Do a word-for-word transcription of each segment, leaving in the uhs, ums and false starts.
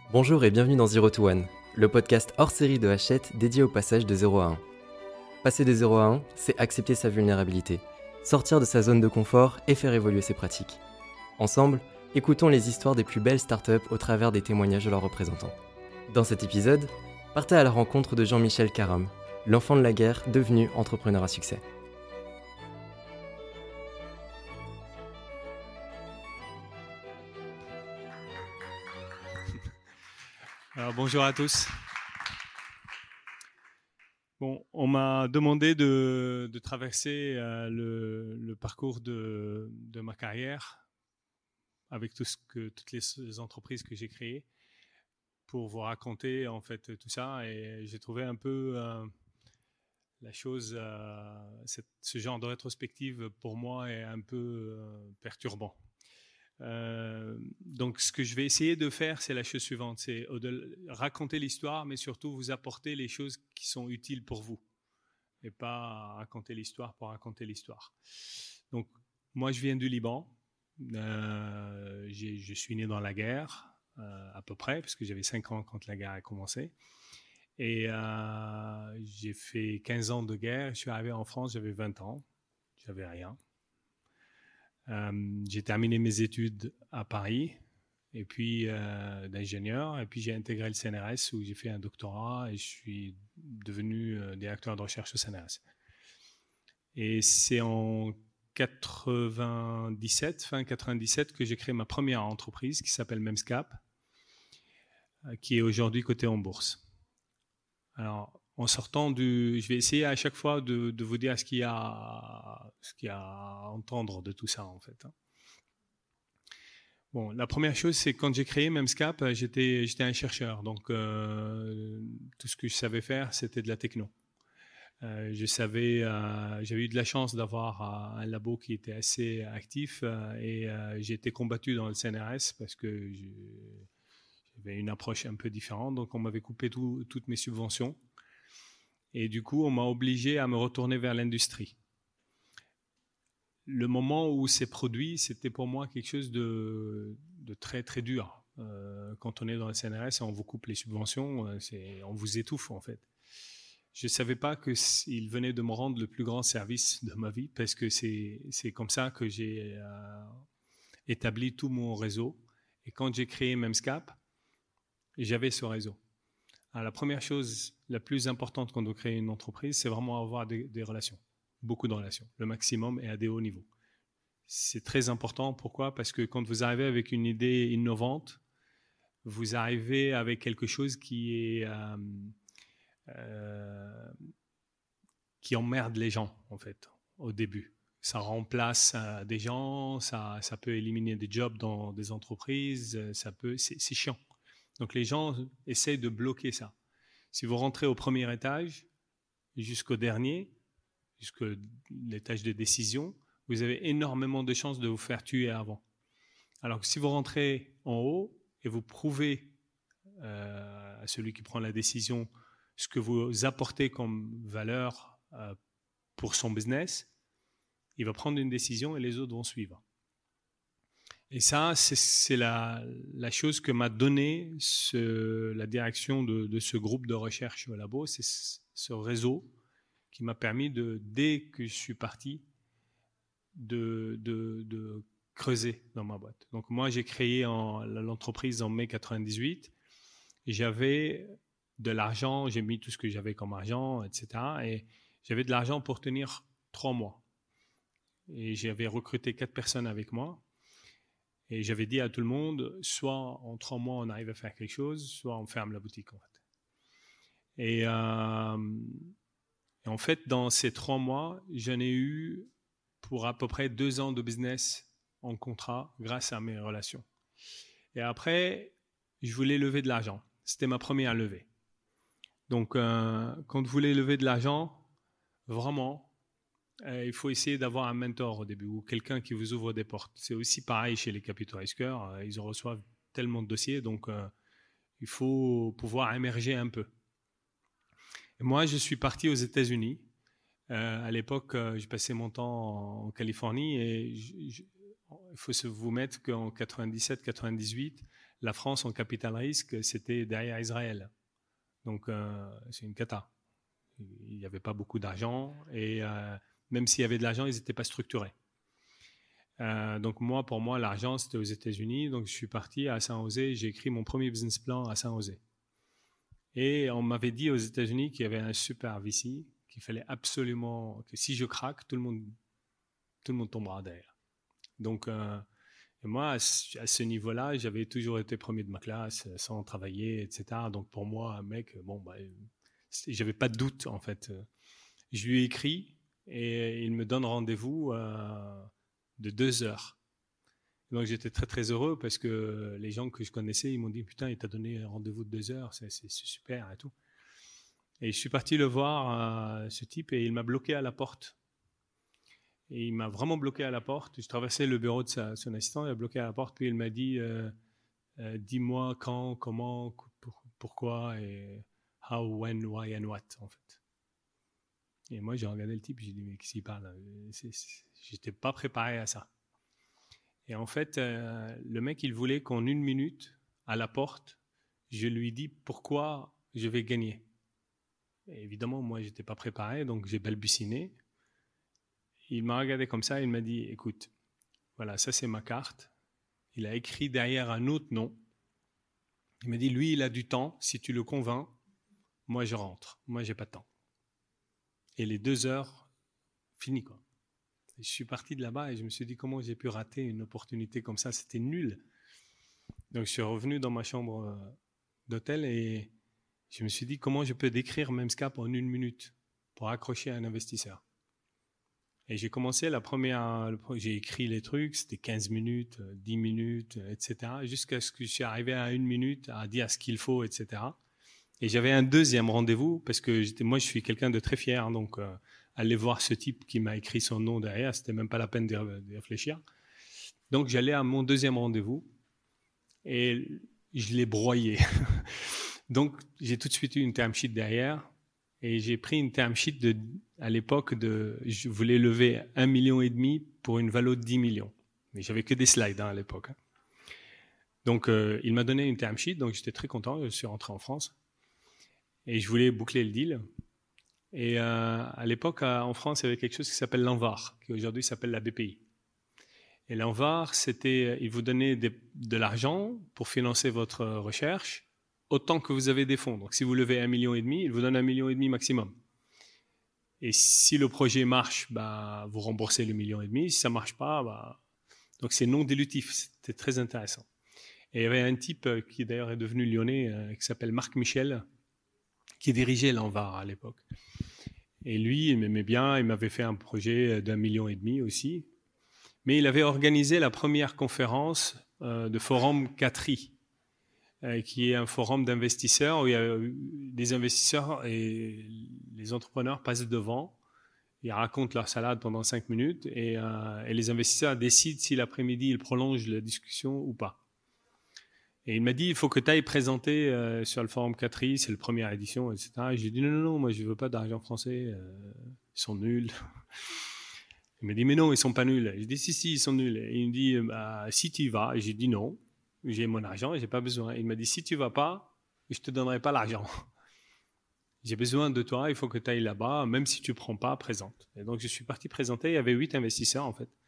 Bonjour et bienvenue dans Zero to One, le podcast hors série de Hachette dédié au passage de zéro à un. Passer de zéro à un, c'est accepter sa vulnérabilité, sortir de sa zone de confort et faire évoluer ses pratiques. Ensemble, écoutons les histoires des plus belles startups au travers des témoignages de leurs représentants. Dans cet épisode, partez à la rencontre de Jean-Michel Caram, l'enfant de la guerre devenu entrepreneur à succès. Alors, bonjour à tous. Bon, on m'a demandé de, de traverser euh, le, le parcours de, de ma carrière avec tout ce que, toutes les entreprises que j'ai créées pour vous raconter en fait tout ça. Et j'ai trouvé un peu euh, la chose, euh, cette, ce genre de rétrospective pour moi est un peu euh, perturbant. Euh, donc ce que je vais essayer de faire, c'est la chose suivante, c'est raconter l'histoire, mais surtout vous apporter les choses qui sont utiles pour vous et pas raconter l'histoire pour raconter l'histoire. Donc moi je viens du Liban, euh, je suis né dans la guerre euh, à peu près, parce que j'avais cinq ans quand la guerre a commencé, et euh, j'ai fait quinze ans de guerre. Je suis arrivé en France, j'avais vingt ans, j'avais rien. Euh, j'ai terminé mes études à Paris, et puis euh, d'ingénieur, et puis j'ai intégré le C N R S où j'ai fait un doctorat et je suis devenu euh, directeur de recherche au C N R S. Et c'est en quatre-vingt-dix-sept, fin quatre-vingt-dix-sept, que j'ai créé ma première entreprise qui s'appelle Memscap, euh, qui est aujourd'hui cotée en bourse. Alors, en sortant du... Je vais essayer à chaque fois de, de vous dire ce qu'il y a, ce qu'il y a à entendre de tout ça, en fait. Bon, la première chose, c'est que quand j'ai créé Memscap, j'étais, j'étais un chercheur. Donc, euh, tout ce que je savais faire, c'était de la techno. Euh, je savais, euh, j'avais eu de la chance d'avoir euh, un labo qui était assez actif euh, et euh, j'ai été combattu dans le C N R S parce que je, j'avais une approche un peu différente. Donc, on m'avait coupé tout, toutes mes subventions. Et du coup, on m'a obligé à me retourner vers l'industrie. Le moment où c'est produit, c'était pour moi quelque chose de, de très très dur. Euh, quand on est dans le C N R S et on vous coupe les subventions, c'est, on vous étouffe en fait. Je ne savais pas qu'il venait de me rendre le plus grand service de ma vie parce que c'est, c'est comme ça que j'ai euh, établi tout mon réseau. Et quand j'ai créé Memscap, j'avais ce réseau. Alors, la première chose la plus importante quand on crée une entreprise, c'est vraiment avoir des, des relations. Beaucoup de relations, le maximum et à des hauts niveaux. C'est très important. Pourquoi ? Parce que quand vous arrivez avec une idée innovante, vous arrivez avec quelque chose qui est euh, euh, qui emmerde les gens en fait au début. Ça remplace euh, des gens, ça, ça peut éliminer des jobs dans des entreprises, ça peut, c'est, c'est chiant. Donc les gens essayent de bloquer ça. Si vous rentrez au premier étage jusqu'au dernier, jusqu'à l'étage de décision, vous avez énormément de chances de vous faire tuer avant. Alors que si vous rentrez en haut et vous prouvez euh, à celui qui prend la décision ce que vous apportez comme valeur euh, pour son business, il va prendre une décision et les autres vont suivre. Et ça, c'est, c'est la, la chose que m'a donné ce, la direction de, de ce groupe de recherche au labo, c'est ce réseau qui m'a permis, de, dès que je suis parti, de, de, de creuser dans ma boîte. Donc moi, j'ai créé en, l'entreprise en mai quatre-vingt-dix-huit. Et j'avais de l'argent, j'ai mis tout ce que j'avais comme argent, et cetera. Et j'avais de l'argent pour tenir trois mois. Et j'avais recruté quatre personnes avec moi. Et j'avais dit à tout le monde, soit en trois mois, on arrive à faire quelque chose, soit on ferme la boutique, en fait. Et, euh, et en fait, dans ces trois mois, j'en ai eu pour à peu près deux ans de business en contrat grâce à mes relations. Et après, je voulais lever de l'argent. C'était ma première levée. Donc, euh, quand vous voulez lever de l'argent, vraiment, euh, il faut essayer d'avoir un mentor au début ou quelqu'un qui vous ouvre des portes. C'est aussi pareil chez les capital risqueurs. Euh, ils en reçoivent tellement de dossiers, donc euh, il faut pouvoir émerger un peu. Et moi, je suis parti aux États-Unis. Euh, à l'époque, euh, je passais mon temps en, en Californie et je, je, il faut se vous mettre qu'en quatre-vingt-dix-sept quatre-vingt-dix-huit, la France en capital risque, c'était derrière Israël. Donc, euh, c'est une cata. Il n'y avait pas beaucoup d'argent et euh, même s'il y avait de l'argent, ils n'étaient pas structurés. Euh, donc, moi, pour moi, l'argent, c'était aux États-Unis. Donc, je suis parti à San José. J'ai écrit mon premier business plan à San José. Et on m'avait dit aux États-Unis qu'il y avait un super V C, qu'il fallait absolument que si je craque, tout le monde, tout le monde tombera derrière. Donc, euh, et moi, à ce, à ce niveau-là, j'avais toujours été premier de ma classe, sans travailler, et cetera. Donc, pour moi, un mec, bon, bah, j'avais pas de doute, en fait. Je lui ai écrit et il me donne rendez-vous euh, de deux heures. Donc, j'étais très, très heureux parce que les gens que je connaissais, ils m'ont dit, putain, il t'a donné un rendez-vous de deux heures, c'est, c'est, c'est super et tout. Et je suis parti le voir, euh, ce type, et il m'a bloqué à la porte. Et il m'a vraiment bloqué à la porte. Je traversais le bureau de sa, son assistant, il a bloqué à la porte, puis il m'a dit euh, euh, dis-moi quand, comment, pour, pourquoi, et how, when, why and what, en fait. Et moi, j'ai regardé le type, j'ai dit mais qu'est-ce qu'il parle? c'est, c'est, J'étais pas préparé à ça. Et en fait, euh, le mec, il voulait qu'en une minute, à la porte, je lui dis pourquoi je vais gagner. Et évidemment, moi, j'étais pas préparé, donc j'ai balbutiné. Il m'a regardé comme ça, il m'a dit, écoute, voilà, ça c'est ma carte. Il a écrit derrière un autre nom. Il m'a dit, lui, il a du temps, si tu le convaincs, moi je rentre, moi j'ai pas de temps. Et les deux heures, fini quoi. Et je suis parti de là-bas et je me suis dit, comment j'ai pu rater une opportunité comme ça, c'était nul. Donc je suis revenu dans ma chambre d'hôtel et je me suis dit, comment je peux décrire Memscap en une minute pour accrocher un investisseur. Et j'ai commencé la première, j'ai écrit les trucs, c'était quinze minutes, dix minutes, et cetera, jusqu'à ce que je suis arrivé à une minute à dire ce qu'il faut, et cetera. Et j'avais un deuxième rendez-vous, parce que j'étais, moi je suis quelqu'un de très fier, donc euh, aller voir ce type qui m'a écrit son nom derrière, c'était même pas la peine d'y réfléchir. Donc j'allais à mon deuxième rendez-vous, et je l'ai broyé. Donc j'ai tout de suite eu une term sheet derrière, et j'ai pris une term sheet de, à l'époque de, je voulais lever un million et demi pour une valo de dix millions. Mais j'avais que des slides hein, à l'époque. Hein. Donc euh, il m'a donné une term sheet, donc j'étais très content. Je suis rentré en France et je voulais boucler le deal. Et euh, à l'époque en France, il y avait quelque chose qui s'appelle l'Anvar, qui aujourd'hui s'appelle la B P I. Et l'Anvar, c'était, il vous donnait des, de l'argent pour financer votre recherche autant que vous avez des fonds. Donc si vous levez un million et demi, il vous donne un million et demi maximum. Et si le projet marche, bah, vous remboursez le million et demi. Si ça marche pas, bah... donc c'est non dilutif. C'était très intéressant. Et il y avait un type qui d'ailleurs est devenu lyonnais, euh, qui s'appelle Marc Michel, qui dirigeait l'Anvar à l'époque. Et lui, il m'aimait bien. Il m'avait fait un projet d'un million et demi aussi. Mais il avait organisé la première conférence euh, de Forum quatre i. Qui est un forum d'investisseurs où il y a des investisseurs et les entrepreneurs passent devant, ils racontent leur salade pendant cinq minutes et, euh, et les investisseurs décident si l'après-midi ils prolongent la discussion ou pas. Et il m'a dit il faut que tu ailles présenter euh, sur le forum quatre i, c'est la première édition, et cetera. Et j'ai dit non, non, non, moi je veux pas d'argent français, euh, ils sont nuls. Il m'a dit mais non, ils sont pas nuls. J'ai dit si, si, ils sont nuls. Et il me dit bah, si tu y vas. Et j'ai dit non. J'ai mon argent et j'ai pas besoin. Il m'a dit si tu vas pas, je te donnerai pas l'argent. J'ai besoin de toi, il faut que tu ailles là-bas, même si tu prends pas, présente. Et donc je suis parti présenter. Il y avait huit investisseurs en fait.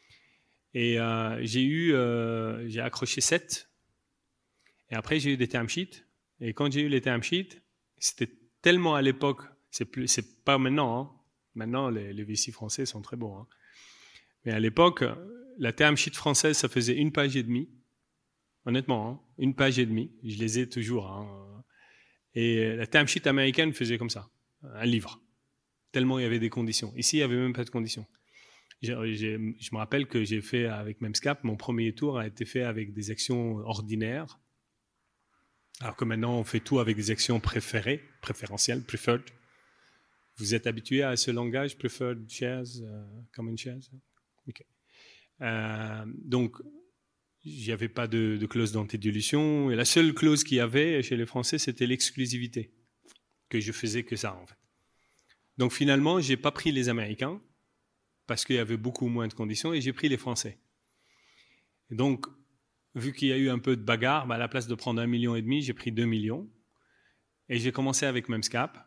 Et euh, j'ai eu, euh, j'ai accroché sept. Et après j'ai eu des term sheets. Et quand j'ai eu les term sheets, c'était tellement à l'époque, c'est plus, c'est pas maintenant. Hein. Maintenant les, les V C français sont très bons. Hein. Mais à l'époque, la term sheet française, ça faisait une page et demie. Honnêtement, hein, une page et demie, je les ai toujours. Hein. Et la term sheet américaine faisait comme ça, un livre, tellement il y avait des conditions. Ici, il n'y avait même pas de conditions. J'ai, j'ai, je me rappelle que j'ai fait avec Memscap, mon premier tour a été fait avec des actions ordinaires, alors que maintenant on fait tout avec des actions préférées, préférentielles, preferred. Vous êtes habitué à ce langage, preferred shares, uh, common shares? Okay. Euh, donc, il n'y avait pas de, de clause d'antidilution. Et la seule clause qu'il y avait chez les Français, c'était l'exclusivité. Que je faisais que ça, en fait. Donc finalement, je n'ai pas pris les Américains, parce qu'il y avait beaucoup moins de conditions, et j'ai pris les Français. Et donc, vu qu'il y a eu un peu de bagarre, bah, à la place de prendre un million et demi, j'ai pris deux millions. Et j'ai commencé avec Memscap.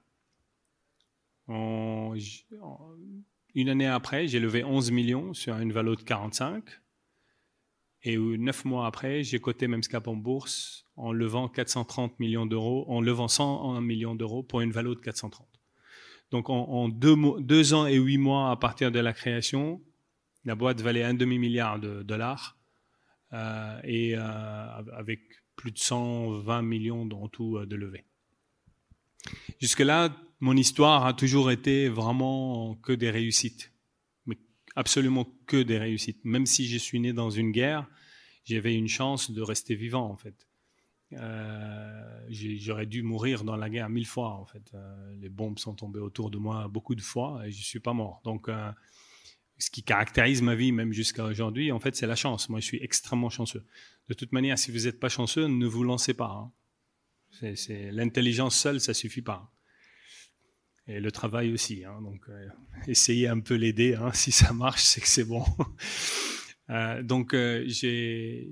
En, en, une année après, j'ai levé onze millions sur une valeur de quarante-cinq. Et neuf mois après, j'ai coté Memscap en bourse en levant quatre cent trente millions d'euros, en levant cent un millions d'euros pour une valeur de quatre cent trente. Donc en, en deux, deux ans et huit mois à partir de la création, la boîte valait un demi-milliard de dollars euh, et euh, avec plus de cent vingt millions en tout euh, de levée. Jusque-là, mon histoire a toujours été vraiment que des réussites, mais absolument que des réussites. Même si je suis né dans une guerre, j'avais une chance de rester vivant en fait. Euh, j'aurais dû mourir dans la guerre mille fois en fait. Euh, les bombes sont tombées autour de moi beaucoup de fois et je suis pas mort. Donc, euh, ce qui caractérise ma vie même jusqu'à aujourd'hui, en fait, c'est la chance. Moi, je suis extrêmement chanceux. De toute manière, si vous n'êtes pas chanceux, ne vous lancez pas. Hein. C'est, c'est, l'intelligence seule, ça suffit pas. Et le travail aussi. Hein. Donc, euh, essayez un peu l'aider. Hein. Si ça marche, c'est que c'est bon. euh, donc, euh, j'ai.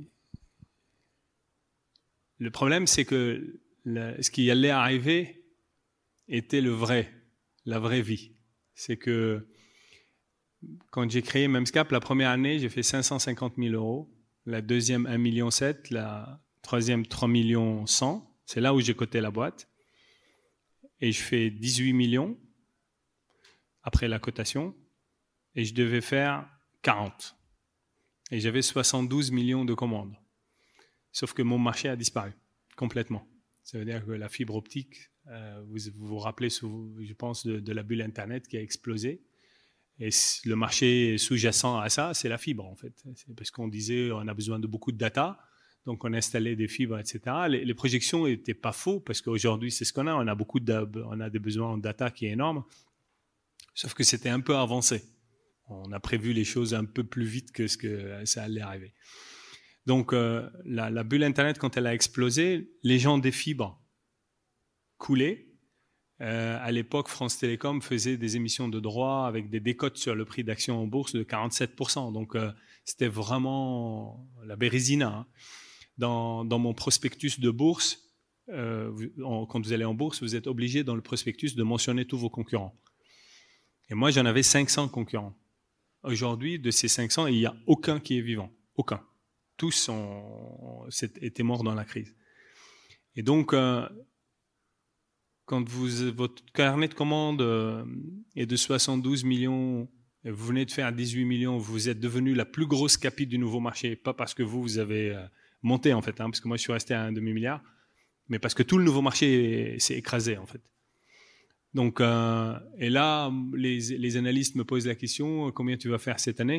Le problème, c'est que le, ce qui allait arriver était le vrai, la vraie vie. C'est que quand j'ai créé Memscap, la première année, j'ai fait cinq cent cinquante mille euros. La deuxième, un virgule sept million. La troisième, trois virgule cent millions. C'est là où j'ai coté la boîte. Et je fais dix-huit millions après la cotation. Et je devais faire quarante. Et j'avais soixante-douze millions de commandes. Sauf que mon marché a disparu complètement. Ça veut dire que la fibre optique, euh, vous, vous vous rappelez, je pense, de, de la bulle Internet qui a explosé. Et le marché sous-jacent à ça, c'est la fibre, en fait. C'est parce qu'on disait on a besoin de beaucoup de data, donc on installait des fibres, et cetera. Les, les projections n'étaient pas faux, parce qu'aujourd'hui, c'est ce qu'on a. On a, beaucoup de, on a des besoins en data qui est énorme, sauf que c'était un peu avancé. On a prévu les choses un peu plus vite que ce que ça allait arriver. Donc, euh, la, la bulle Internet, quand elle a explosé, les gens des fibres coulaient. Euh, à l'époque, France Télécom faisait des émissions de droits avec des décotes sur le prix d'action en bourse de quarante-sept pour cent. Donc, euh, c'était vraiment la bérésina. Hein. Dans, dans mon prospectus de bourse, euh, vous, en, quand vous allez en bourse, vous êtes obligé dans le prospectus de mentionner tous vos concurrents. Et moi, j'en avais cinq cents concurrents. Aujourd'hui, de ces cinq cents, il n'y a aucun qui est vivant. Aucun. Tous ont, étaient morts dans la crise. Et donc, euh, quand vous, votre carnet de commandes euh, est de soixante-douze millions et vous venez de faire dix-huit millions, vous êtes devenu la plus grosse capi du nouveau marché, pas parce que vous, vous avez euh, monté en fait, hein, parce que moi je suis resté à un demi-milliard, mais parce que tout le nouveau marché s'est écrasé en fait. Donc, euh, et là, les, les analystes me posent la question, combien tu vas faire cette année ?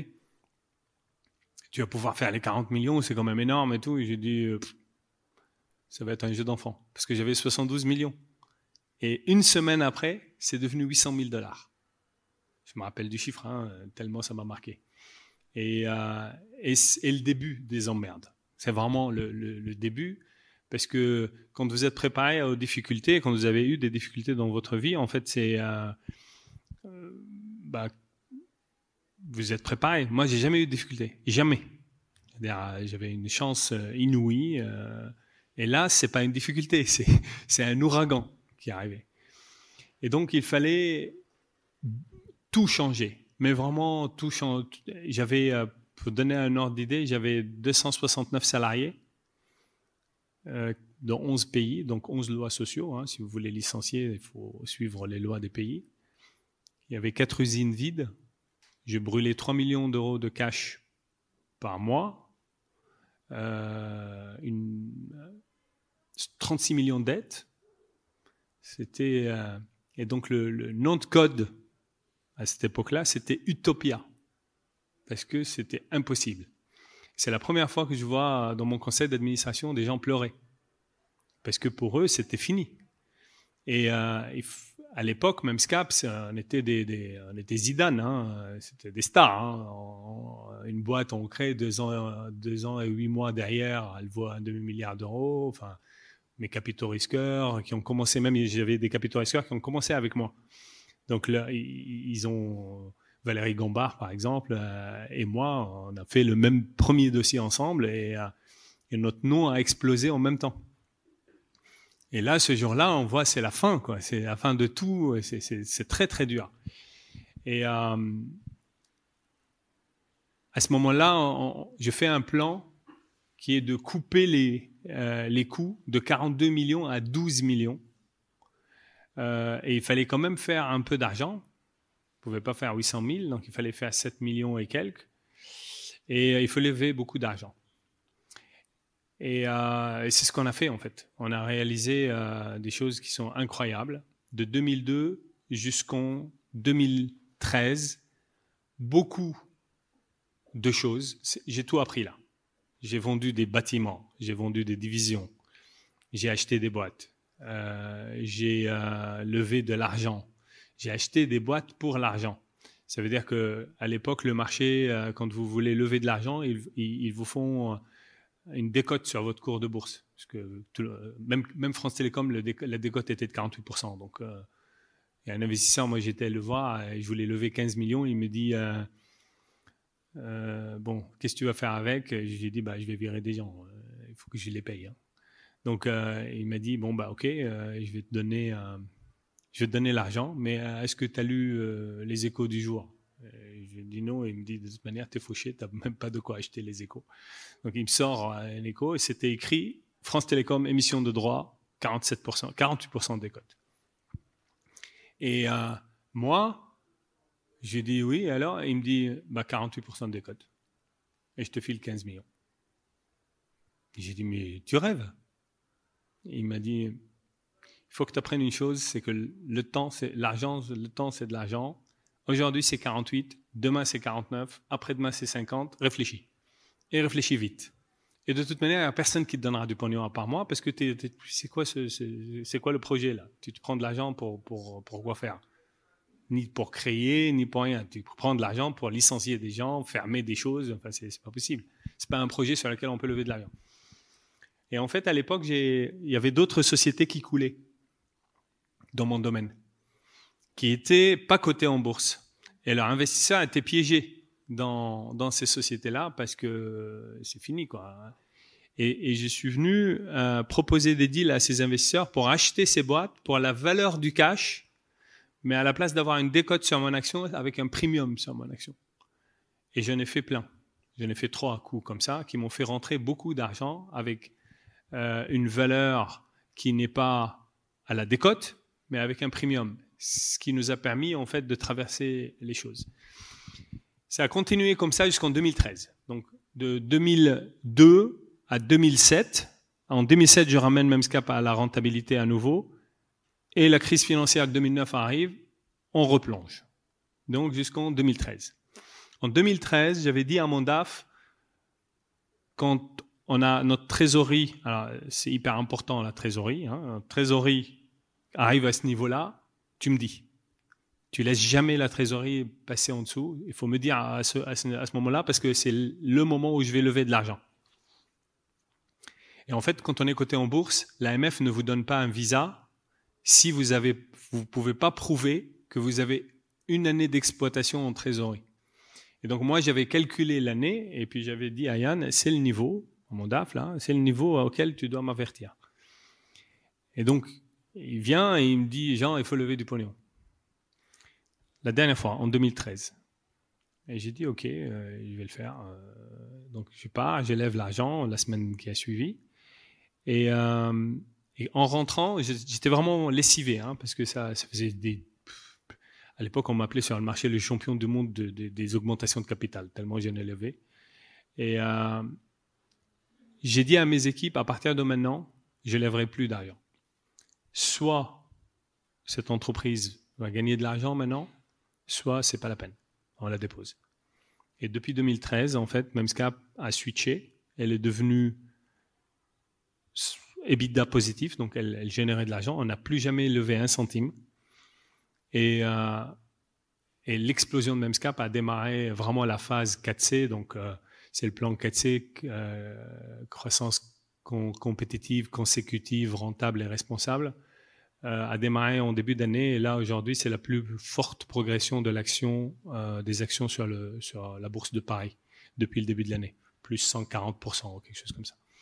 Tu vas pouvoir faire les quarante millions, c'est quand même énorme et tout. Et j'ai dit, euh, pff, ça va être un jeu d'enfant, parce que j'avais soixante-douze millions. Et une semaine après, c'est devenu huit cent mille dollars. Je me rappelle du chiffre, hein, tellement ça m'a marqué. Et, euh, et, et le début des emmerdes. C'est vraiment le, le, le début, parce que quand vous êtes préparé aux difficultés, quand vous avez eu des difficultés dans votre vie, en fait, c'est... Euh, euh, bah, vous êtes préparé. Moi, j'ai jamais eu de difficultés. Jamais. C'est-à-dire, j'avais une chance inouïe. Euh, et là, c'est pas une difficulté, c'est, c'est un ouragan qui est arrivé. Et donc, il fallait tout changer. Mais vraiment, tout changer. J'avais, euh, pour donner un ordre d'idée, j'avais deux cent soixante-neuf salariés euh, dans onze pays, donc onze lois sociaux. Hein. Si vous voulez licencier, il faut suivre les lois des pays. Il y avait quatre usines vides. Je brûlais trois millions d'euros de cash par mois, euh, une, trente-six millions de dettes. C'était, euh, et donc le, le nom de code à cette époque-là, c'était Utopia, parce que c'était impossible. C'est la première fois que je vois dans mon conseil d'administration des gens pleurer, parce que pour eux, c'était fini. Et euh, à l'époque, Memscap, on était des, des, on était Zidane, hein, c'était des stars. Hein. On, une boîte, on crée deux ans, deux ans et huit mois derrière, elle vaut un demi-milliard d'euros. Enfin, mes capitaux risqueurs qui ont commencé, même j'avais des capitaux risqueurs qui ont commencé avec moi. Donc là, ils ont Valérie Gambard, par exemple, euh, et moi, on a fait le même premier dossier ensemble et, euh, Et notre nom a explosé en même temps. Et là, ce jour-là, on voit, c'est la fin, quoi. C'est la fin de tout. C'est, c'est, c'est très, très dur. Et euh, à ce moment-là, on, je fais un plan qui est de couper les, euh, les coûts de quarante-deux millions à douze millions. Euh, et il fallait quand même faire un peu d'argent. On ne pouvait pas faire huit cent mille, donc il fallait faire sept millions et quelques. Et euh, il faut lever beaucoup d'argent. Et, euh, et c'est ce qu'on a fait en fait. On a réalisé euh, des choses qui sont incroyables. De deux mille deux jusqu'en deux mille treize, beaucoup de choses. J'ai tout appris là. J'ai vendu des bâtiments, j'ai vendu des divisions, j'ai acheté des boîtes, euh, j'ai euh, levé de l'argent, j'ai acheté des boîtes pour l'argent. Ça veut dire qu'à l'époque, le marché, euh, quand vous voulez lever de l'argent, ils, ils, ils vous font une décote sur votre cours de bourse. Parce que tout, même, même France Télécom, le déco, la décote était de quarante-huit pour cent. Donc, euh, il y a un investisseur, moi j'étais le voir, et je voulais lever quinze millions, il me dit... Euh, Euh, bon, qu'est-ce que tu vas faire avec? Je lui ai dit, bah, je vais virer des gens. Euh, il faut que je les paye. Hein. Donc, euh, il m'a dit, bon, bah, ok, euh, je vais te donner, euh, je vais te donner l'argent, mais euh, est-ce que tu as lu euh, les échos du jour? Et je lui ai dit non, et il me dit, de toute manière, t'es fauché, t'as même pas de quoi acheter les échos. Donc, il me sort euh, un écho, et c'était écrit, France Télécom, émission de droit, quarante-sept pour cent, quarante-huit pour cent de décote. Et euh, moi, j'ai dit oui, alors il me dit bah, quarante-huit pour cent de décote. Et je te file quinze millions. J'ai dit mais tu rêves. Et il m'a dit il faut que tu apprennes une chose, c'est que le temps, c'est l'argent, le temps c'est de l'argent. Aujourd'hui c'est quarante-huit, demain c'est quarante-neuf, après-demain c'est cinquante. Réfléchis. Et réfléchis vite. Et de toute manière, il n'y a personne qui te donnera du pognon à part moi parce que t'es, t'es, c'est, quoi ce, c'est, c'est quoi le projet là? Tu te prends de l'argent pour, pour, pour quoi faire? Ni pour créer, ni pour rien. Tu prends de l'argent pour licencier des gens, fermer des choses. Enfin, c'est, c'est pas possible. C'est pas un projet sur lequel on peut lever de l'argent. Et en fait, à l'époque, j'ai, il y avait d'autres sociétés qui coulaient dans mon domaine, qui étaient pas cotées en bourse. Et leurs investisseurs étaient piégés dans, dans ces sociétés-là parce que c'est fini, quoi. Et, et je suis venu euh, proposer des deals à ces investisseurs pour acheter ces boîtes pour la valeur du cash, mais à la place d'avoir une décote sur mon action, avec un premium sur mon action. Et j'en ai fait plein. J'en ai fait trois coups comme ça, qui m'ont fait rentrer beaucoup d'argent avec euh, une valeur qui n'est pas à la décote, mais avec un premium. Ce qui nous a permis, en fait, de traverser les choses. Ça a continué comme ça jusqu'en deux mille treize. Donc, de deux mille deux à deux mille sept. En deux mille sept, je ramène Memscap à la rentabilité à nouveau. Et la crise financière de deux mille neuf arrive, on replonge. Donc jusqu'en deux mille treize. En deux mille treize, j'avais dit à mon D A F, quand on a notre trésorerie, alors c'est hyper important la trésorerie, hein, notre trésorerie arrive à ce niveau-là, tu me dis. Tu laisses jamais la trésorerie passer en dessous. Il faut me dire à ce, à ce, à ce moment-là parce que c'est le moment où je vais lever de l'argent. Et en fait, quand on est coté en bourse, l'A M F ne vous donne pas un visa si vous avez, vous pouvez pas prouver que vous avez une année d'exploitation en trésorerie. Et donc moi, j'avais calculé l'année et puis j'avais dit à Yann, c'est le niveau, mon D A F là, c'est le niveau auquel tu dois m'avertir. Et donc, il vient et il me dit, Jean, il faut lever du pognon. La dernière fois, en deux mille treize. Et j'ai dit, ok, euh, je vais le faire. Euh, donc je pars, j'élève l'argent la semaine qui a suivi. Et, euh, et en rentrant, j'étais vraiment lessivé, hein, parce que ça, ça faisait des... À l'époque, on m'appelait sur le marché le champion du monde de, de, des augmentations de capital, tellement j'en ai levé. Et euh, j'ai dit à mes équipes, à partir de maintenant, je ne lèverai plus d'argent. Soit cette entreprise va gagner de l'argent maintenant, soit c'est pas la peine, on la dépose. Et depuis deux mille treize, en fait, Memscap a switché, elle est devenue EBITDA positif, donc elle, elle générait de l'argent, on n'a plus jamais levé un centime. Et, euh, et l'explosion de Memscap a démarré vraiment la phase quatre C, donc euh, c'est le plan quatre C, euh, croissance com- compétitive, consécutive, rentable et responsable, euh, a démarré en début d'année, et là aujourd'hui c'est la plus forte progression de l'action, euh, des actions sur, le, sur la bourse de Paris depuis le début de l'année, plus cent quarante pour cent ou quelque chose comme ça.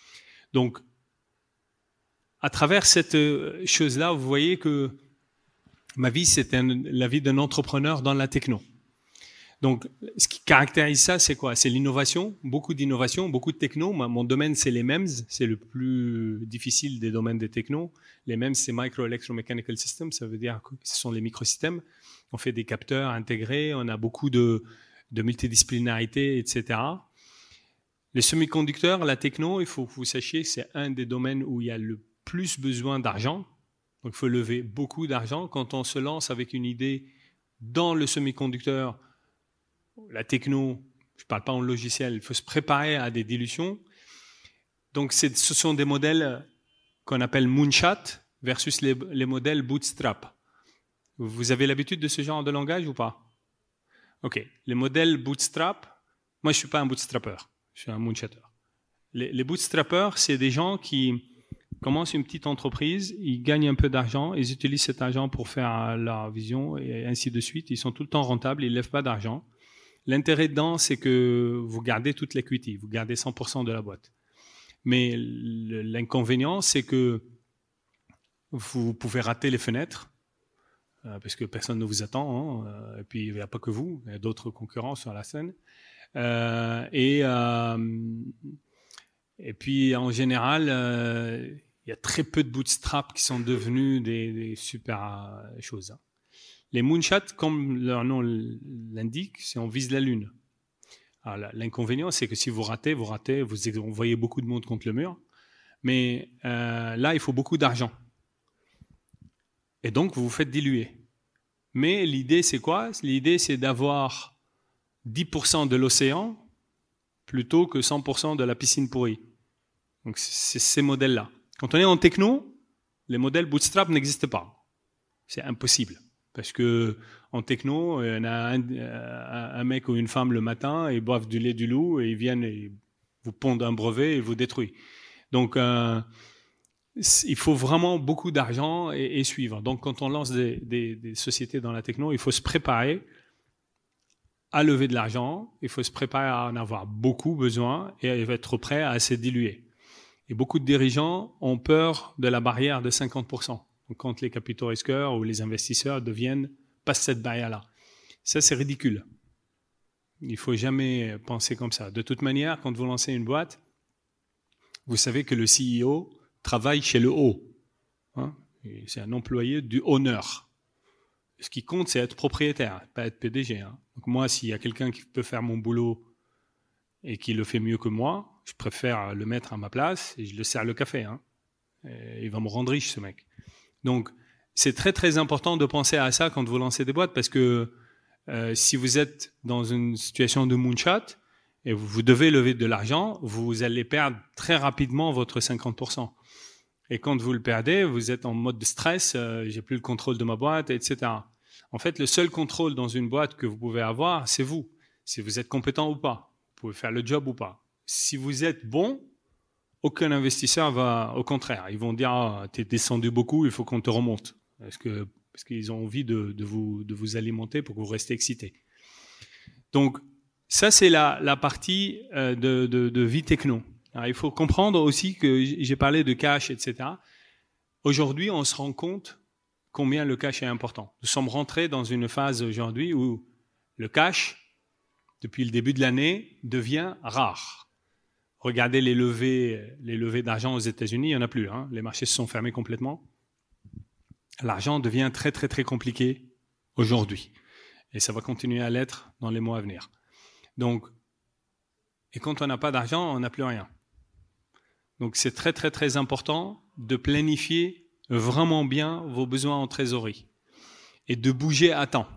Donc, à travers cette chose-là, vous voyez que ma vie, c'est un, la vie d'un entrepreneur dans la techno. Donc, ce qui caractérise ça, c'est quoi? C'est l'innovation, beaucoup d'innovation, beaucoup de techno. Mon domaine, c'est les MEMS, c'est le plus difficile des domaines des techno. Les MEMS, c'est Micro Electromechanical Systems, ça veut dire que ce sont les microsystèmes. On fait des capteurs intégrés, on a beaucoup de, de multidisciplinarité, et cetera. Les semi-conducteurs, la techno, il faut que vous sachiez, c'est un des domaines où il y a le plus besoin d'argent. Donc, il faut lever beaucoup d'argent. Quand on se lance avec une idée dans le semi-conducteur, la techno, je ne parle pas en logiciel, il faut se préparer à des dilutions. Donc, c'est, ce sont des modèles qu'on appelle Moonshot versus les, les modèles Bootstrap. Vous avez l'habitude de ce genre de langage ou pas? Ok. Les modèles Bootstrap, moi, je ne suis pas un bootstrapper, je suis un Moonshotter. Les, les bootstrappers, c'est des gens qui commencent une petite entreprise, ils gagnent un peu d'argent, ils utilisent cet argent pour faire leur vision et ainsi de suite. Ils sont tout le temps rentables, ils ne lèvent pas d'argent. L'intérêt dedans, c'est que vous gardez toute l'equity, vous gardez cent pour cent de la boîte. Mais l'inconvénient, c'est que vous pouvez rater les fenêtres, euh, parce que personne ne vous attend, hein, et puis il n'y a pas que vous, il y a d'autres concurrents sur la scène. Euh, et, euh, et puis en général, euh, il y a très peu de bootstraps qui sont devenus des, des super choses. Hein. Les moonshots, comme leur nom l'indique, c'est on vise la Lune. Alors, l'inconvénient, c'est que si vous ratez, vous ratez, vous envoyez beaucoup de monde contre le mur. Mais euh, là, il faut beaucoup d'argent. Et donc, vous vous faites diluer. Mais l'idée, c'est quoi? L'idée, c'est d'avoir dix pour cent de l'océan plutôt que cent pour cent de la piscine pourrie. Donc, c'est ces modèles-là. Quand on est en techno, les modèles bootstrap n'existent pas. C'est impossible. Parce que en techno, il y en a un, un mec ou une femme le matin, ils boivent du lait du loup et ils viennent et vous pondent un brevet et vous détruisent. Donc, euh, il faut vraiment beaucoup d'argent et, et suivre. Donc, quand on lance des, des, des sociétés dans la techno, il faut se préparer à lever de l'argent, il faut se préparer à en avoir beaucoup besoin et à être prêt à se diluer. Et beaucoup de dirigeants ont peur de la barrière de cinquante pour cent. Donc, quand les capitaux risqueurs ou les investisseurs deviennent, passent cette barrière-là. Ça, c'est ridicule. Il ne faut jamais penser comme ça. De toute manière, quand vous lancez une boîte, vous savez que le C E O travaille chez le haut. Hein, c'est un employé du honneur. Ce qui compte, c'est être propriétaire, pas être P D G. Hein. Donc moi, s'il y a quelqu'un qui peut faire mon boulot et qui le fait mieux que moi, je préfère le mettre à ma place et je le sers le café. Hein. Et il va me rendre riche, ce mec. Donc, c'est très très important de penser à ça quand vous lancez des boîtes parce que euh, si vous êtes dans une situation de moonshot et vous, vous devez lever de l'argent, vous allez perdre très rapidement votre cinquante pour cent. Et quand vous le perdez, vous êtes en mode de stress, euh, j'ai plus le contrôle de ma boîte, et cetera. En fait, le seul contrôle dans une boîte que vous pouvez avoir, c'est vous. Si vous êtes compétent ou pas, vous pouvez faire le job ou pas. Si vous êtes bon, aucun investisseur va, au contraire, ils vont dire ah, t'es descendu beaucoup, il faut qu'on te remonte, parce que parce qu'ils ont envie de, de vous de vous alimenter pour que vous restez excité. Donc ça c'est la la partie euh, de, de de vie techno. Alors, il faut comprendre aussi que j'ai parlé de cash, et cetera. Aujourd'hui, on se rend compte combien le cash est important. Nous sommes rentrés dans une phase aujourd'hui où le cash, depuis le début de l'année, devient rare. Regardez les levées, les levées d'argent aux États-Unis, il n'y en a plus. Hein. Les marchés se sont fermés complètement. L'argent devient très, très, très compliqué aujourd'hui. Et ça va continuer à l'être dans les mois à venir. Donc, et quand on n'a pas d'argent, on n'a plus rien. Donc, c'est très, très, très important de planifier vraiment bien vos besoins en trésorerie et de bouger à temps.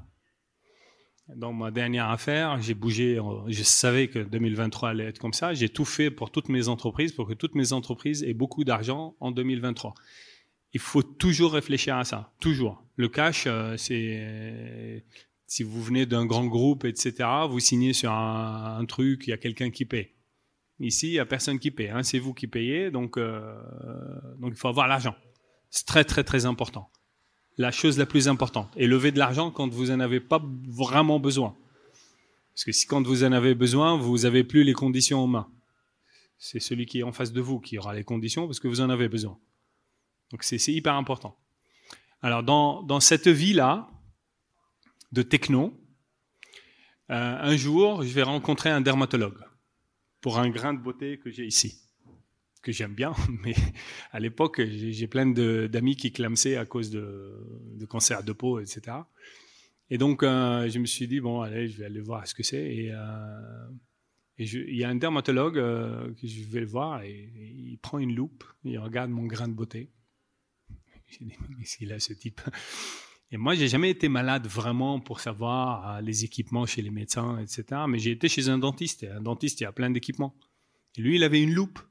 Dans ma dernière affaire, j'ai bougé, je savais que deux mille vingt-trois allait être comme ça, j'ai tout fait pour toutes mes entreprises, pour que toutes mes entreprises aient beaucoup d'argent en deux mille vingt-trois. Il faut toujours réfléchir à ça, toujours. Le cash, c'est... Si vous venez d'un grand groupe, et cetera, vous signez sur un, un truc, il y a quelqu'un qui paie. Ici, il n'y a personne qui paie, hein, c'est vous qui payez, donc, euh, donc il faut avoir l'argent. C'est très, très, très important. La chose la plus importante. Et lever de l'argent quand vous n'en avez pas vraiment besoin. Parce que si quand vous en avez besoin, vous n'avez plus les conditions en main. c'est celui qui est en face de vous qui aura les conditions parce que vous en avez besoin. Donc c'est, c'est hyper important. Alors dans, dans cette vie-là de techno, euh, un jour, je vais rencontrer un dermatologue pour un grain de beauté que j'ai ici, que j'aime bien, mais à l'époque, j'ai, j'ai plein de, d'amis qui clamsaient à cause de, de cancer de peau, et cetera. Et donc, euh, je me suis dit, bon, allez, je vais aller voir ce que c'est. Et, euh, et je, il y a un dermatologue euh, que je vais le voir et, et il prend une loupe, il regarde mon grain de beauté. J'ai dit, mais qu'est-ce qu'il a ce type ? Et moi, j'ai jamais été malade vraiment pour savoir euh, les équipements chez les médecins, et cetera. Mais j'ai été chez un dentiste. Et un dentiste, il y a plein d'équipements. Et lui, il avait une loupe.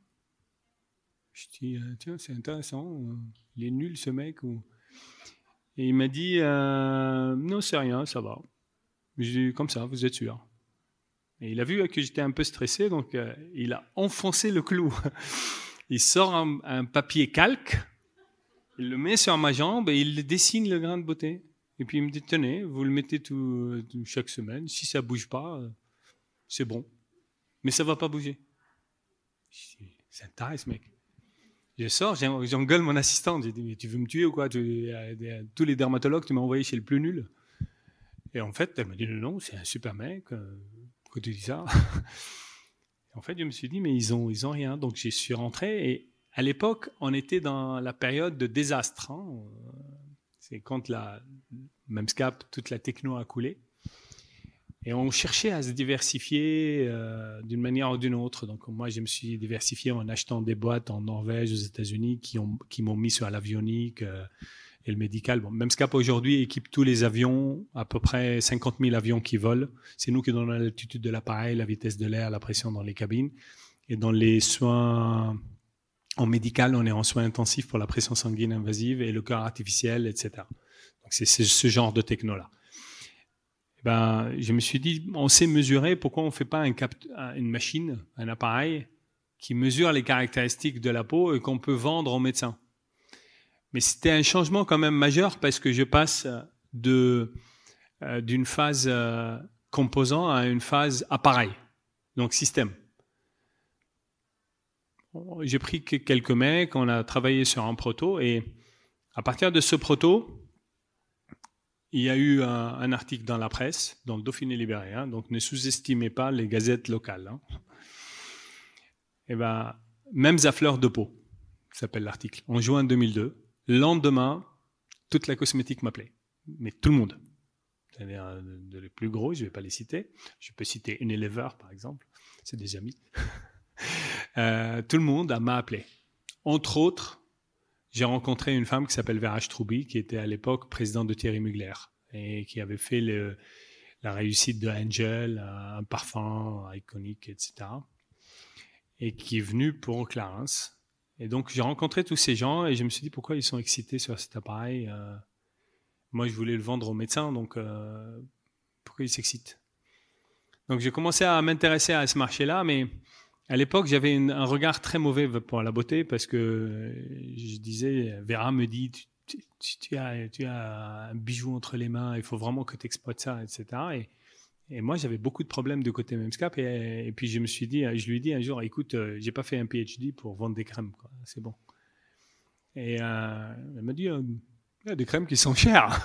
Je dis, euh, tiens, c'est intéressant. Il est nul, ce mec. Ou... Et il m'a dit, euh, non, c'est rien, ça va. Je dis, comme ça, vous êtes sûr ? Et il a vu que j'étais un peu stressé, donc euh, il a enfoncé le clou. Il sort un, un papier calque, il le met sur ma jambe et il dessine le grain de beauté. Et puis il me dit, tenez, vous le mettez tout, tout, chaque semaine. Si ça ne bouge pas, euh, c'est bon. Mais ça ne va pas bouger. Je dis, c'est un taré, ce mec. Je sors, j'engueule mon assistante. J'ai dit, mais tu veux me tuer ou quoi ? tu, Tous les dermatologues, tu m'as envoyé chez le plus nul. Et en fait, elle m'a dit, non, non, c'est un super mec. Pourquoi tu dis ça ? En fait, je me suis dit, mais ils ont, ils ont rien. Donc, je suis rentré. Et à l'époque, on était dans la période de désastre. Hein. C'est quand la Memscap, toute la techno a coulé. Et on cherchait à se diversifier euh, d'une manière ou d'une autre. Donc moi, je me suis diversifié en achetant des boîtes en Norvège, aux États-Unis, qui, ont, qui m'ont mis sur l'avionique euh, et le médical. Bon, Memscap aujourd'hui équipe tous les avions, à peu près cinquante mille avions qui volent. C'est nous qui donnons l'altitude de l'appareil, la vitesse de l'air, la pression dans les cabines. Et dans les soins en médical, on est en soins intensifs pour la pression sanguine invasive et le cœur artificiel, et cetera. Donc c'est, c'est ce genre de techno-là. Ben, je me suis dit, on sait mesurer, pourquoi on ne fait pas un capt- une machine, un appareil qui mesure les caractéristiques de la peau et qu'on peut vendre aux médecins. Mais c'était un changement quand même majeur parce que je passe de, euh, d'une phase euh, composant à une phase appareil, donc système. J'ai pris quelques mecs, on a travaillé sur un proto et à partir de ce proto, il y a eu un, un article dans la presse, dans le Dauphiné libéré, hein, donc ne sous-estimez pas les gazettes locales. Hein. Et ben, mêmes à fleur de peau, s'appelle l'article, en juin deux mille deux. Le lendemain, toute la cosmétique m'appelait, mais tout le monde. C'est-à-dire de les plus gros, je ne vais pas les citer. Je peux citer Unilever, par exemple, c'est des amis. euh, tout le monde m'a appelé. Entre autres, j'ai rencontré une femme qui s'appelle Vera Stroubi, qui était à l'époque présidente de Thierry Mugler et qui avait fait le, la réussite de Angel, un parfum iconique, et cetera. Et qui est venue pour Clarins. Et donc, j'ai rencontré tous ces gens et je me suis dit pourquoi ils sont excités sur cet appareil. Euh, moi, je voulais le vendre aux médecins, donc euh, pourquoi ils s'excitent ? Donc, j'ai commencé à m'intéresser à ce marché-là, mais à l'époque, j'avais une, un regard très mauvais pour la beauté parce que je disais, Vera me dit, tu, tu, tu, as, tu as un bijou entre les mains, il faut vraiment que tu exploites ça, et cetera. Et, et moi, j'avais beaucoup de problèmes de côté Memscap et, et puis je me suis dit, je lui ai dit un jour, écoute, j'ai pas fait un P H D pour vendre des crèmes, quoi, c'est bon. Et euh, elle m'a dit, il y a des crèmes qui sont chères.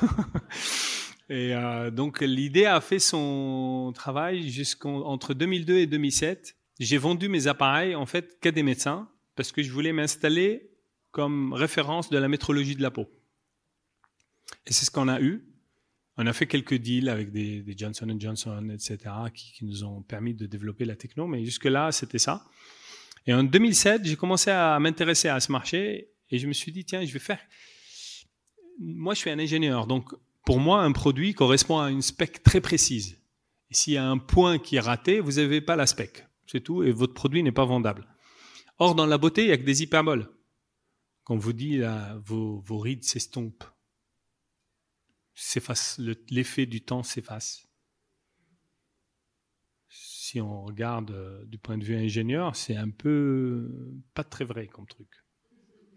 Et euh, donc l'idée a fait son travail jusqu'entre deux mille deux et deux mille sept. J'ai vendu mes appareils en fait qu'à des médecins parce que je voulais m'installer comme référence de la métrologie de la peau. Et c'est ce qu'on a eu. On a fait quelques deals avec des, des Johnson and Johnson, et cetera, qui, qui nous ont permis de développer la techno, mais jusque-là, c'était ça. Et en deux mille sept, j'ai commencé à m'intéresser à ce marché et je me suis dit, tiens, je vais faire... Moi, je suis un ingénieur, donc pour moi, un produit correspond à une spec très précise. Et s'il y a un point qui est raté, vous n'avez pas la spec. C'est tout, et votre produit n'est pas vendable. Or, dans la beauté, il n'y a que des hyperboles. Quand on vous dit, là, vos, vos rides s'estompent, s'efface, le, l'effet du temps s'efface. Si on regarde euh, du point de vue ingénieur, c'est un peu pas très vrai comme truc.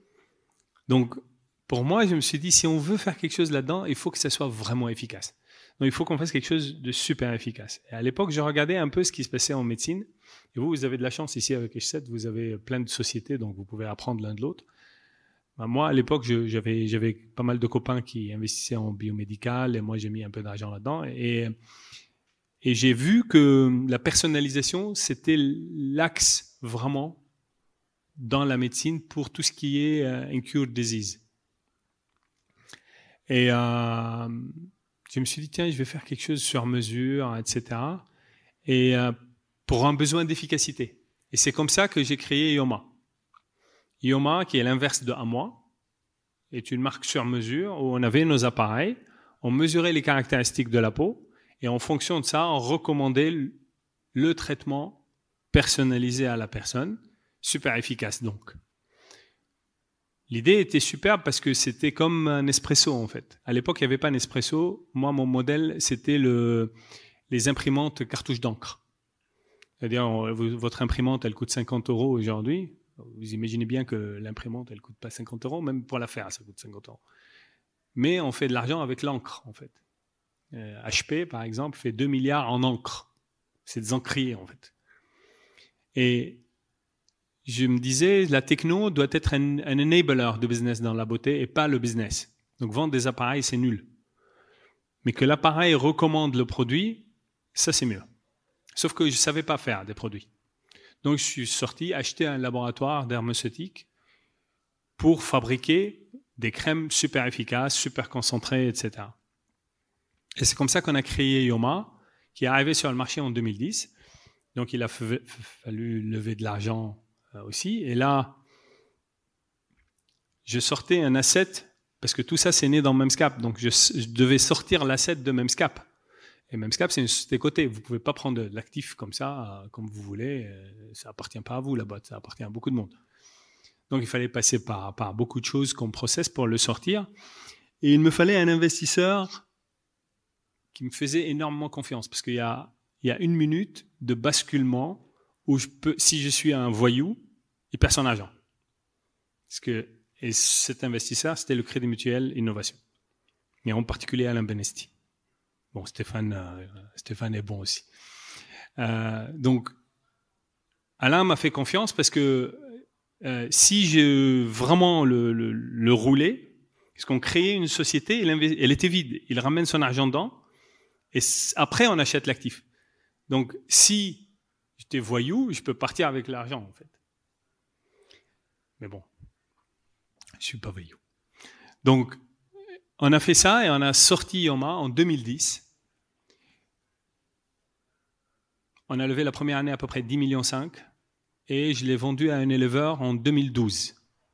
Donc, pour moi, je me suis dit, si on veut faire quelque chose là-dedans, il faut que ça soit vraiment efficace. Donc, il faut qu'on fasse quelque chose de super efficace. Et à l'époque, je regardais un peu ce qui se passait en médecine. Et vous, vous avez de la chance ici avec H sept, vous avez plein de sociétés, donc vous pouvez apprendre l'un de l'autre. Ben, moi, à l'époque, je, j'avais, j'avais pas mal de copains qui investissaient en biomédical, et moi, j'ai mis un peu d'argent là-dedans. Et, et j'ai vu que la personnalisation, c'était l'axe vraiment dans la médecine pour tout ce qui est euh, incurable disease. Et euh, je me suis dit, tiens, je vais faire quelque chose sur mesure, et cetera. Et euh, pour un besoin d'efficacité. Et c'est comme ça que j'ai créé Yoma. Yoma, qui est l'inverse de à moi, est une marque sur mesure où on avait nos appareils, on mesurait les caractéristiques de la peau et en fonction de ça, on recommandait le traitement personnalisé à la personne, super efficace donc. L'idée était superbe parce que c'était comme un espresso en fait. À l'époque, il n'y avait pas un espresso. Moi, mon modèle, c'était le, les imprimantes cartouches d'encre. C'est-à-dire, votre imprimante, elle coûte cinquante euros aujourd'hui. Vous imaginez bien que l'imprimante, elle ne coûte pas cinquante euros, même pour la faire, ça coûte cinquante euros. Mais on fait de l'argent avec l'encre, en fait. Euh, H P, par exemple, fait deux milliards en encre. C'est des encriers, en fait. Et je me disais, la techno doit être un, un enabler de business dans la beauté et pas le business. Donc vendre des appareils, c'est nul. Mais que l'appareil recommande le produit, ça c'est mieux. Sauf que je ne savais pas faire des produits. Donc je suis sorti acheter un laboratoire dermoceutique pour fabriquer des crèmes super efficaces, super concentrées, et cetera. Et c'est comme ça qu'on a créé Yoma, qui est arrivé sur le marché en deux mille dix. Donc il a fallu lever de l'argent aussi. Et là, je sortais un asset, parce que tout ça, c'est né dans Memscap. Donc, je, je devais sortir l'asset de Memscap. Et Memscap, c'est une société cotée. Vous ne pouvez pas prendre de l'actif comme ça, comme vous voulez. Ça n'appartient pas à vous, la boîte. Ça appartient à beaucoup de monde. Donc, il fallait passer par, par beaucoup de choses comme process pour le sortir. Et il me fallait un investisseur qui me faisait énormément confiance. Parce qu'il y a, il y a une minute de basculement où je peux, si je suis un voyou, il perd son argent. Parce que, et cet investisseur, c'était le Crédit Mutuel Innovation. Et en particulier Alain Benesti. Bon, Stéphane, euh, Stéphane est bon aussi. Euh, donc, Alain m'a fait confiance parce que euh, si je vraiment le, le, le roulais, parce qu'on créait une société, elle, inv- elle était vide. Il ramène son argent dedans et après, on achète l'actif. Donc, si j'étais voyou, je peux partir avec l'argent, en fait. Mais bon, je ne suis pas voyou. Donc, on a fait ça et on a sorti Yoma en deux mille dix. On a levé la première année à peu près dix virgule cinq millions et je l'ai vendu à un éleveur en deux mille douze.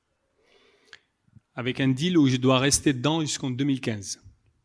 Avec un deal où je dois rester dedans jusqu'en deux mille quinze.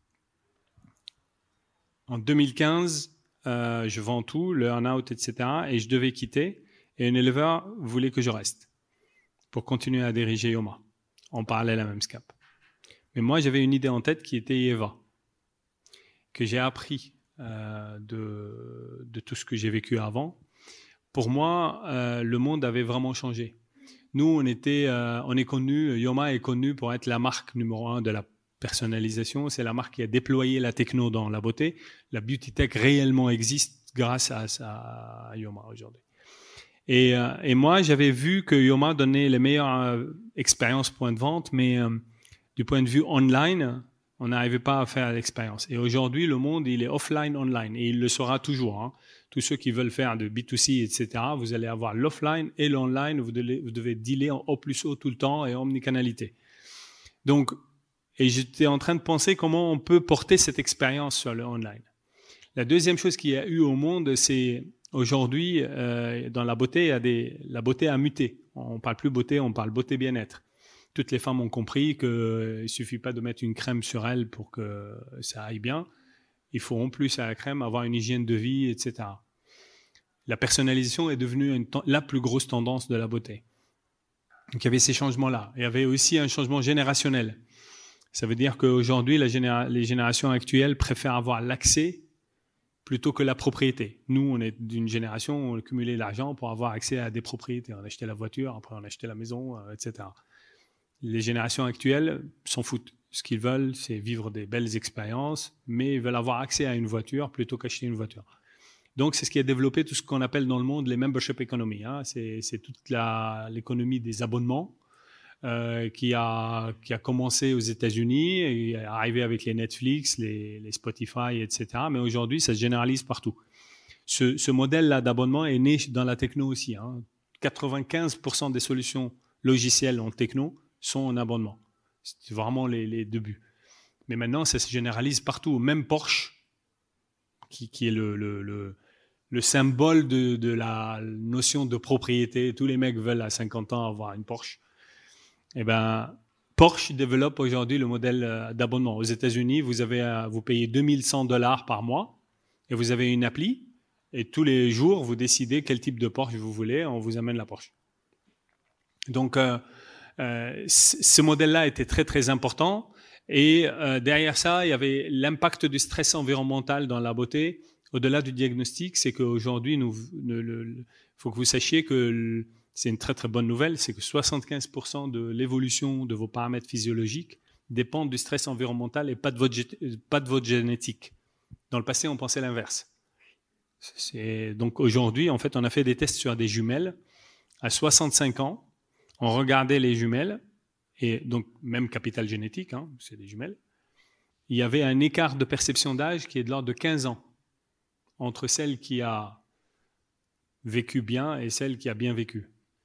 En deux mille quinze, euh, je vends tout, le earn-out, et cetera. Et je devais quitter. Et un éleveur voulait que je reste pour continuer à diriger Yoma en parallèle à Memscap. Mais moi, j'avais une idée en tête qui était Eva, que j'ai appris euh, de, de tout ce que j'ai vécu avant. Pour moi, euh, le monde avait vraiment changé. Nous, on, était, euh, on est connu, Yoma est connu pour être la marque numéro un de la personnalisation. C'est la marque qui a déployé la techno dans la beauté. La beauty tech réellement existe grâce à, à, à Yoma aujourd'hui. Et, euh, et moi, j'avais vu que Yoma donnait les meilleures euh, expériences point de vente, mais euh, du point de vue online, on n'arrivait pas à faire l'expérience. Et aujourd'hui, le monde, il est offline, online, et il le sera toujours. Hein. Tous ceux qui veulent faire de B deux C, et cetera, vous allez avoir l'offline et l'online. Vous devez, vous devez dealer en haut plus haut tout le temps et omnicanalité. Donc, et j'étais en train de penser comment on peut porter cette expérience sur le online. La deuxième chose qu'il y a eu au monde, c'est aujourd'hui, euh, dans la beauté, il y a des, la beauté a muté. On ne parle plus beauté, on parle beauté bien-être. Toutes les femmes ont compris qu'il ne suffit pas de mettre une crème sur elles pour que ça aille bien. Il faut en plus à la crème avoir une hygiène de vie, et cetera. La personnalisation est devenue une, la plus grosse tendance de la beauté. Donc il y avait ces changements-là. Il y avait aussi un changement générationnel. Ça veut dire qu'aujourd'hui, la généra- les générations actuelles préfèrent avoir l'accès plutôt que la propriété. Nous, on est d'une génération où on a cumulé l'argent pour avoir accès à des propriétés. On achetait la voiture, après on achetait la maison, euh, et cetera. Les générations actuelles s'en foutent. ce qu'ils veulent, c'est vivre des belles expériences, mais ils veulent avoir accès à une voiture plutôt qu'acheter une voiture. Donc, c'est ce qui a développé tout ce qu'on appelle dans le monde les membership economy. Hein. C'est, c'est toute la, l'économie des abonnements euh, qui, a, qui a commencé aux États-Unis et est arrivé avec les Netflix, les, les Spotify, et cetera. Mais aujourd'hui, ça se généralise partout. Ce, ce modèle-là d'abonnement est né dans la techno aussi. Hein. quatre-vingt-quinze pour cent des solutions logicielles en techno sont en abonnement. C'est vraiment les, les débuts. Mais maintenant, ça se généralise partout. Même Porsche, qui, qui est le, le, le, le symbole de, de la notion de propriété. Tous les mecs veulent à cinquante ans avoir une Porsche. Eh ben, Porsche développe aujourd'hui le modèle d'abonnement. Aux États-Unis, vous, avez, vous payez deux mille cent dollars par mois et vous avez une appli. Et tous les jours, vous décidez quel type de Porsche vous voulez. On vous amène la Porsche. Donc, euh, euh, ce modèle-là était très, très important. Et euh, derrière ça, il y avait l'impact du stress environnemental dans la beauté. Au-delà du diagnostic, c'est qu'aujourd'hui, il faut que vous sachiez que le, c'est une très très bonne nouvelle, c'est que soixante-quinze pour cent de l'évolution de vos paramètres physiologiques dépendent du stress environnemental et pas de votre, pas de votre génétique. Dans le passé, on pensait l'inverse. C'est, donc aujourd'hui, en fait, on a fait des tests sur des jumelles. À soixante-cinq ans, on regardait les jumelles. Et donc, même capital génétique, hein, c'est des jumelles, il y avait un écart de perception d'âge qui est de l'ordre de quinze ans entre celle qui a vécu bien et celle qui a bien vécu.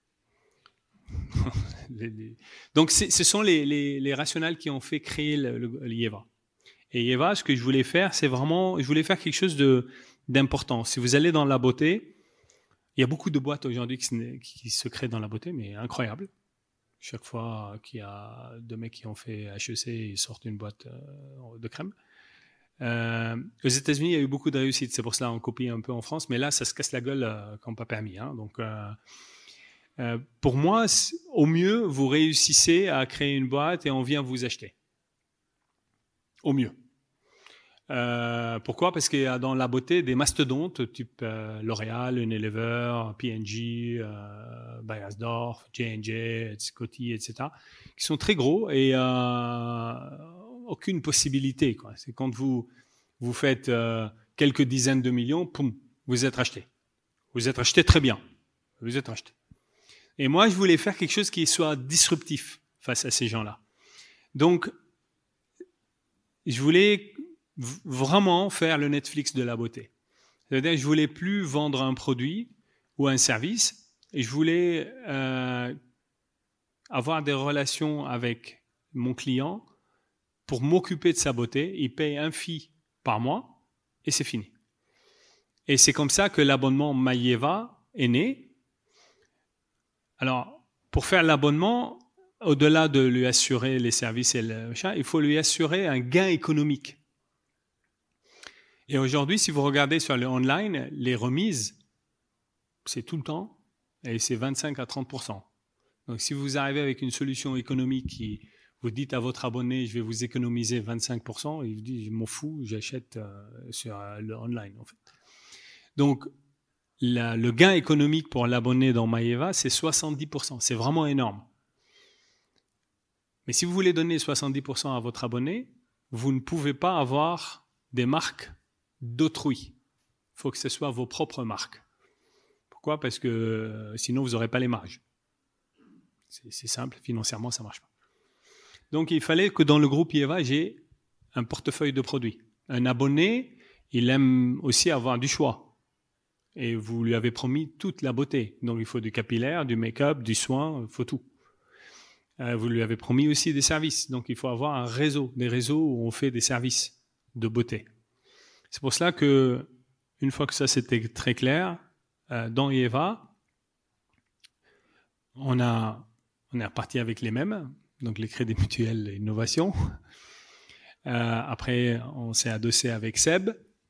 les, les... Donc, c'est, ce sont les, les, les rationnels qui ont fait créer le, le, l'IEVA. Et IEVA, ce que je voulais faire, c'est vraiment, je voulais faire quelque chose de, d'important. Si vous allez dans la beauté, il y a beaucoup de boîtes aujourd'hui qui se, qui se créent dans la beauté, mais incroyable. Chaque fois qu'il y a deux mecs qui ont fait H E C, ils sortent une boîte de crème. Euh, aux États-Unis, il y a eu beaucoup de réussites. C'est pour cela qu'on copie un peu en France. Mais là, ça se casse la gueule euh, comme pas permis. Hein. Donc, euh, euh, pour moi, au mieux, vous réussissez à créer une boîte et on vient vous acheter. Au mieux. Euh, pourquoi ? Parce qu'il y a dans la beauté des mastodontes type euh, L'Oréal, Unilever, P and G, euh, Beiersdorf, J and J, Coty, et cetera, qui sont très gros et euh, aucune possibilité, quoi. C'est quand vous, vous faites euh, quelques dizaines de millions, poum, vous êtes racheté. Vous êtes racheté très bien. Vous êtes racheté. Et moi, je voulais faire quelque chose qui soit disruptif face à ces gens-là. Donc, je voulais vraiment faire le Netflix de la beauté. C'est-à-dire que je ne voulais plus vendre un produit ou un service, et je voulais euh, avoir des relations avec mon client pour m'occuper de sa beauté. Il paye un fee par mois et c'est fini. Et c'est comme ça que l'abonnement MyEva est né. Alors, pour faire l'abonnement, au-delà de lui assurer les services et le machin, il faut lui assurer un gain économique. Et aujourd'hui, si vous regardez sur le online, les remises, c'est tout le temps et c'est vingt-cinq à trente pour cent. Donc, si vous arrivez avec une solution économique qui vous dites à votre abonné, je vais vous économiser vingt-cinq pour cent, il vous dit, je m'en fous, j'achète euh, sur euh, le online, en fait. Donc, la, le gain économique pour l'abonné dans MyEva, c'est soixante-dix pour cent. C'est vraiment énorme. Mais si vous voulez donner soixante-dix pour cent à votre abonné, vous ne pouvez pas avoir des marques d'autrui. Il faut que ce soit vos propres marques. Pourquoi ? Parce que euh, sinon, vous n'aurez pas les marges. C'est, c'est simple, financièrement, ça ne marche pas. Donc, il fallait que dans le groupe IEVA, j'ai un portefeuille de produits. Un abonné, il aime aussi avoir du choix. Et vous lui avez promis toute la beauté. Donc, il faut du capillaire, du make-up, du soin, il faut tout. Euh, vous lui avez promis aussi des services. Donc, il faut avoir un réseau, des réseaux où on fait des services de beauté. C'est pour cela que, une fois que ça c'était très clair, euh, dans IEVA, on a, on est reparti avec les mêmes, donc les crédits mutuels et innovation. Euh, après, on s'est adossé avec Seb,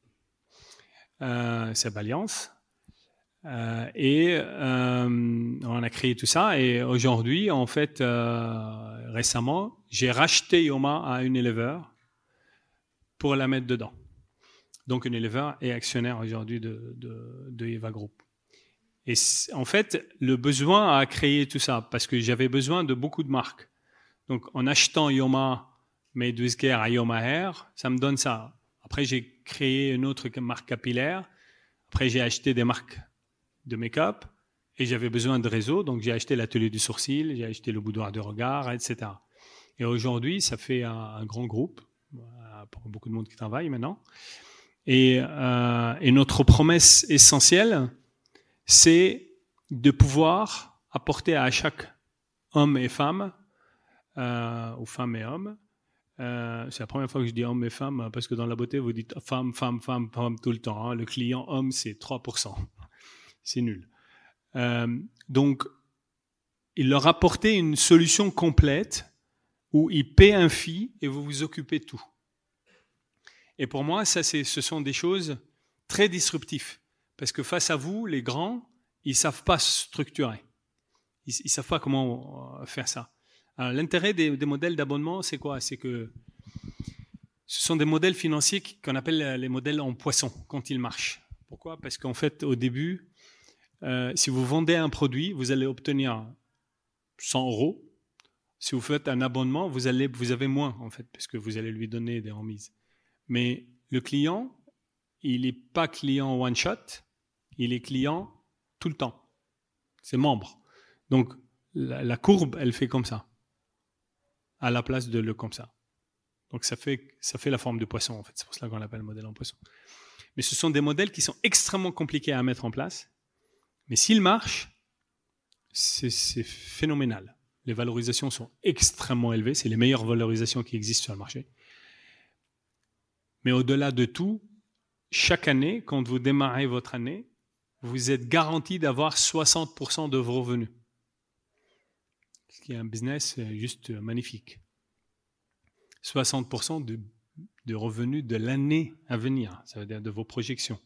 euh, Seb Alliance, euh, et euh, on a créé tout ça. Et aujourd'hui, en fait, euh, récemment, j'ai racheté Yoma à Unilever pour la mettre dedans. Donc, Unilever est actionnaire aujourd'hui de, de, de IEVA Group. Et en fait, le besoin a créé tout ça, parce que j'avais besoin de beaucoup de marques. Donc, en achetant Yoma, Made with Care, Ayom Hair, ça me donne ça. Après, j'ai créé une autre marque capillaire. Après, j'ai acheté des marques de make-up et j'avais besoin de réseau. Donc, j'ai acheté l'atelier du sourcil, j'ai acheté le boudoir de regard, et cetera. Et aujourd'hui, ça fait un, un grand groupe, pour beaucoup de monde qui travaille maintenant. Et, euh, et notre promesse essentielle, c'est de pouvoir apporter à chaque homme et femme, euh, ou femme et homme, euh, c'est la première fois que je dis homme et femme, parce que dans la beauté, vous dites femme, femme, femme, femme tout le temps. Hein. Le client homme, c'est trois pour cent. C'est nul. Euh, donc, il leur apportait une solution complète où il paie un fee et vous vous occupez de tout. Et pour moi, ça, c'est, ce sont des choses très disruptives. Parce que face à vous, les grands, ils ne savent pas structurer. Ils ne savent pas comment faire ça. Alors, l'intérêt des, des modèles d'abonnement, c'est quoi? C'est que ce sont des modèles financiers qu'on appelle les modèles en poisson, quand ils marchent. Pourquoi? Parce qu'en fait, au début, euh, si vous vendez un produit, vous allez obtenir cent euros. Si vous faites un abonnement, vous, allez, vous avez moins, en fait, parce que vous allez lui donner des remises. Mais le client, il n'est pas client one-shot, il est client tout le temps. C'est membre. Donc, la, la courbe, elle fait comme ça, à la place de le comme ça. Donc, ça fait, ça fait la forme du poisson, en fait. C'est pour cela qu'on l'appelle modèle en poisson. Mais ce sont des modèles qui sont extrêmement compliqués à mettre en place. Mais s'ils marchent, c'est, c'est phénoménal. Les valorisations sont extrêmement élevées. C'est les meilleures valorisations qui existent sur le marché. Mais au-delà de tout, chaque année, quand vous démarrez votre année, vous êtes garanti d'avoir soixante pour cent de vos revenus. Ce qui est un business juste magnifique. soixante pour cent de, de revenus de l'année à venir, ça veut dire de vos projections.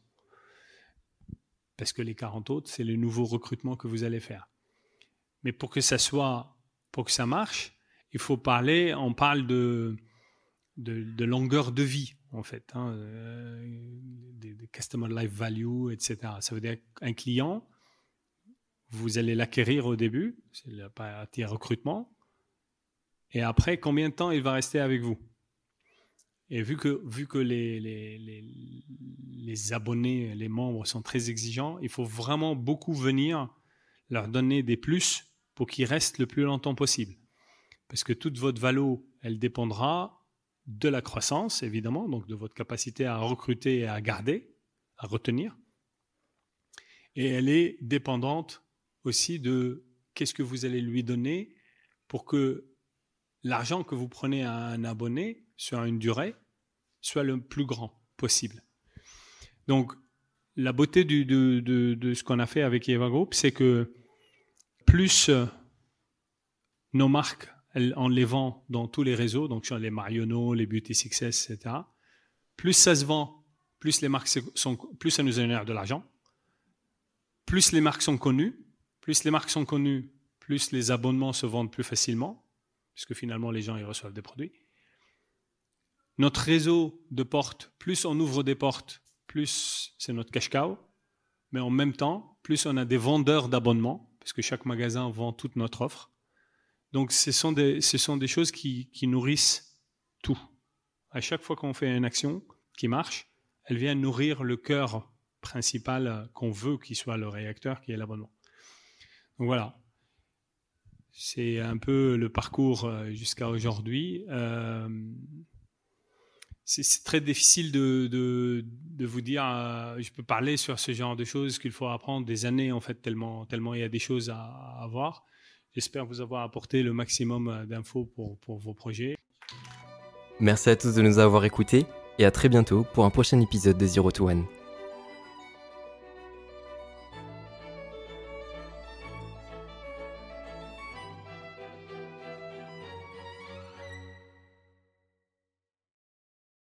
Parce que les quarante autres, c'est le nouveau recrutement que vous allez faire. Mais pour que ça soit, pour que ça marche, il faut parler, on parle de, de, de longueur de vie, en fait, hein, euh, des, des customer life value, et cetera. Ça veut dire qu'un client, vous allez l'acquérir au début, c'est la partie recrutement, et après, combien de temps il va rester avec vous? Et vu que, vu que les, les, les, les abonnés, les membres sont très exigeants, il faut vraiment beaucoup venir leur donner des plus pour qu'ils restent le plus longtemps possible. Parce que toute votre valo, elle dépendra de la croissance, évidemment, donc de votre capacité à recruter et à garder, à retenir. Et elle est dépendante aussi de qu'est-ce que vous allez lui donner pour que l'argent que vous prenez à un abonné sur une durée soit le plus grand possible. Donc, la beauté du, de, de, de ce qu'on a fait avec Eva Group, c'est que plus nos marques, elles, on les vend dans tous les réseaux, donc sur les Marionneau, les Beauty Success, et cetera, plus ça se vend, plus les marques sont, plus ça nous génère de l'argent, plus les marques sont connues, plus les marques sont connues, plus les abonnements se vendent plus facilement, puisque finalement les gens ils reçoivent des produits. Notre réseau de portes, plus on ouvre des portes, plus c'est notre cash cow, mais en même temps, plus on a des vendeurs d'abonnements, parce que chaque magasin vend toute notre offre. Donc ce sont des, ce sont des choses qui, qui nourrissent tout. À chaque fois qu'on fait une action qui marche, elle vient nourrir le cœur principal qu'on veut qu'il soit le réacteur, qui est l'abonnement. Donc voilà. C'est un peu le parcours jusqu'à aujourd'hui. Euh, c'est, c'est très difficile de, de, de vous dire, euh, je peux parler sur ce genre de choses qu'il faut apprendre des années, en fait, tellement, tellement il y a des choses à, à voir. J'espère vous avoir apporté le maximum d'infos pour, pour vos projets. Merci à tous de nous avoir écoutés et à très bientôt pour un prochain épisode de Zero to One.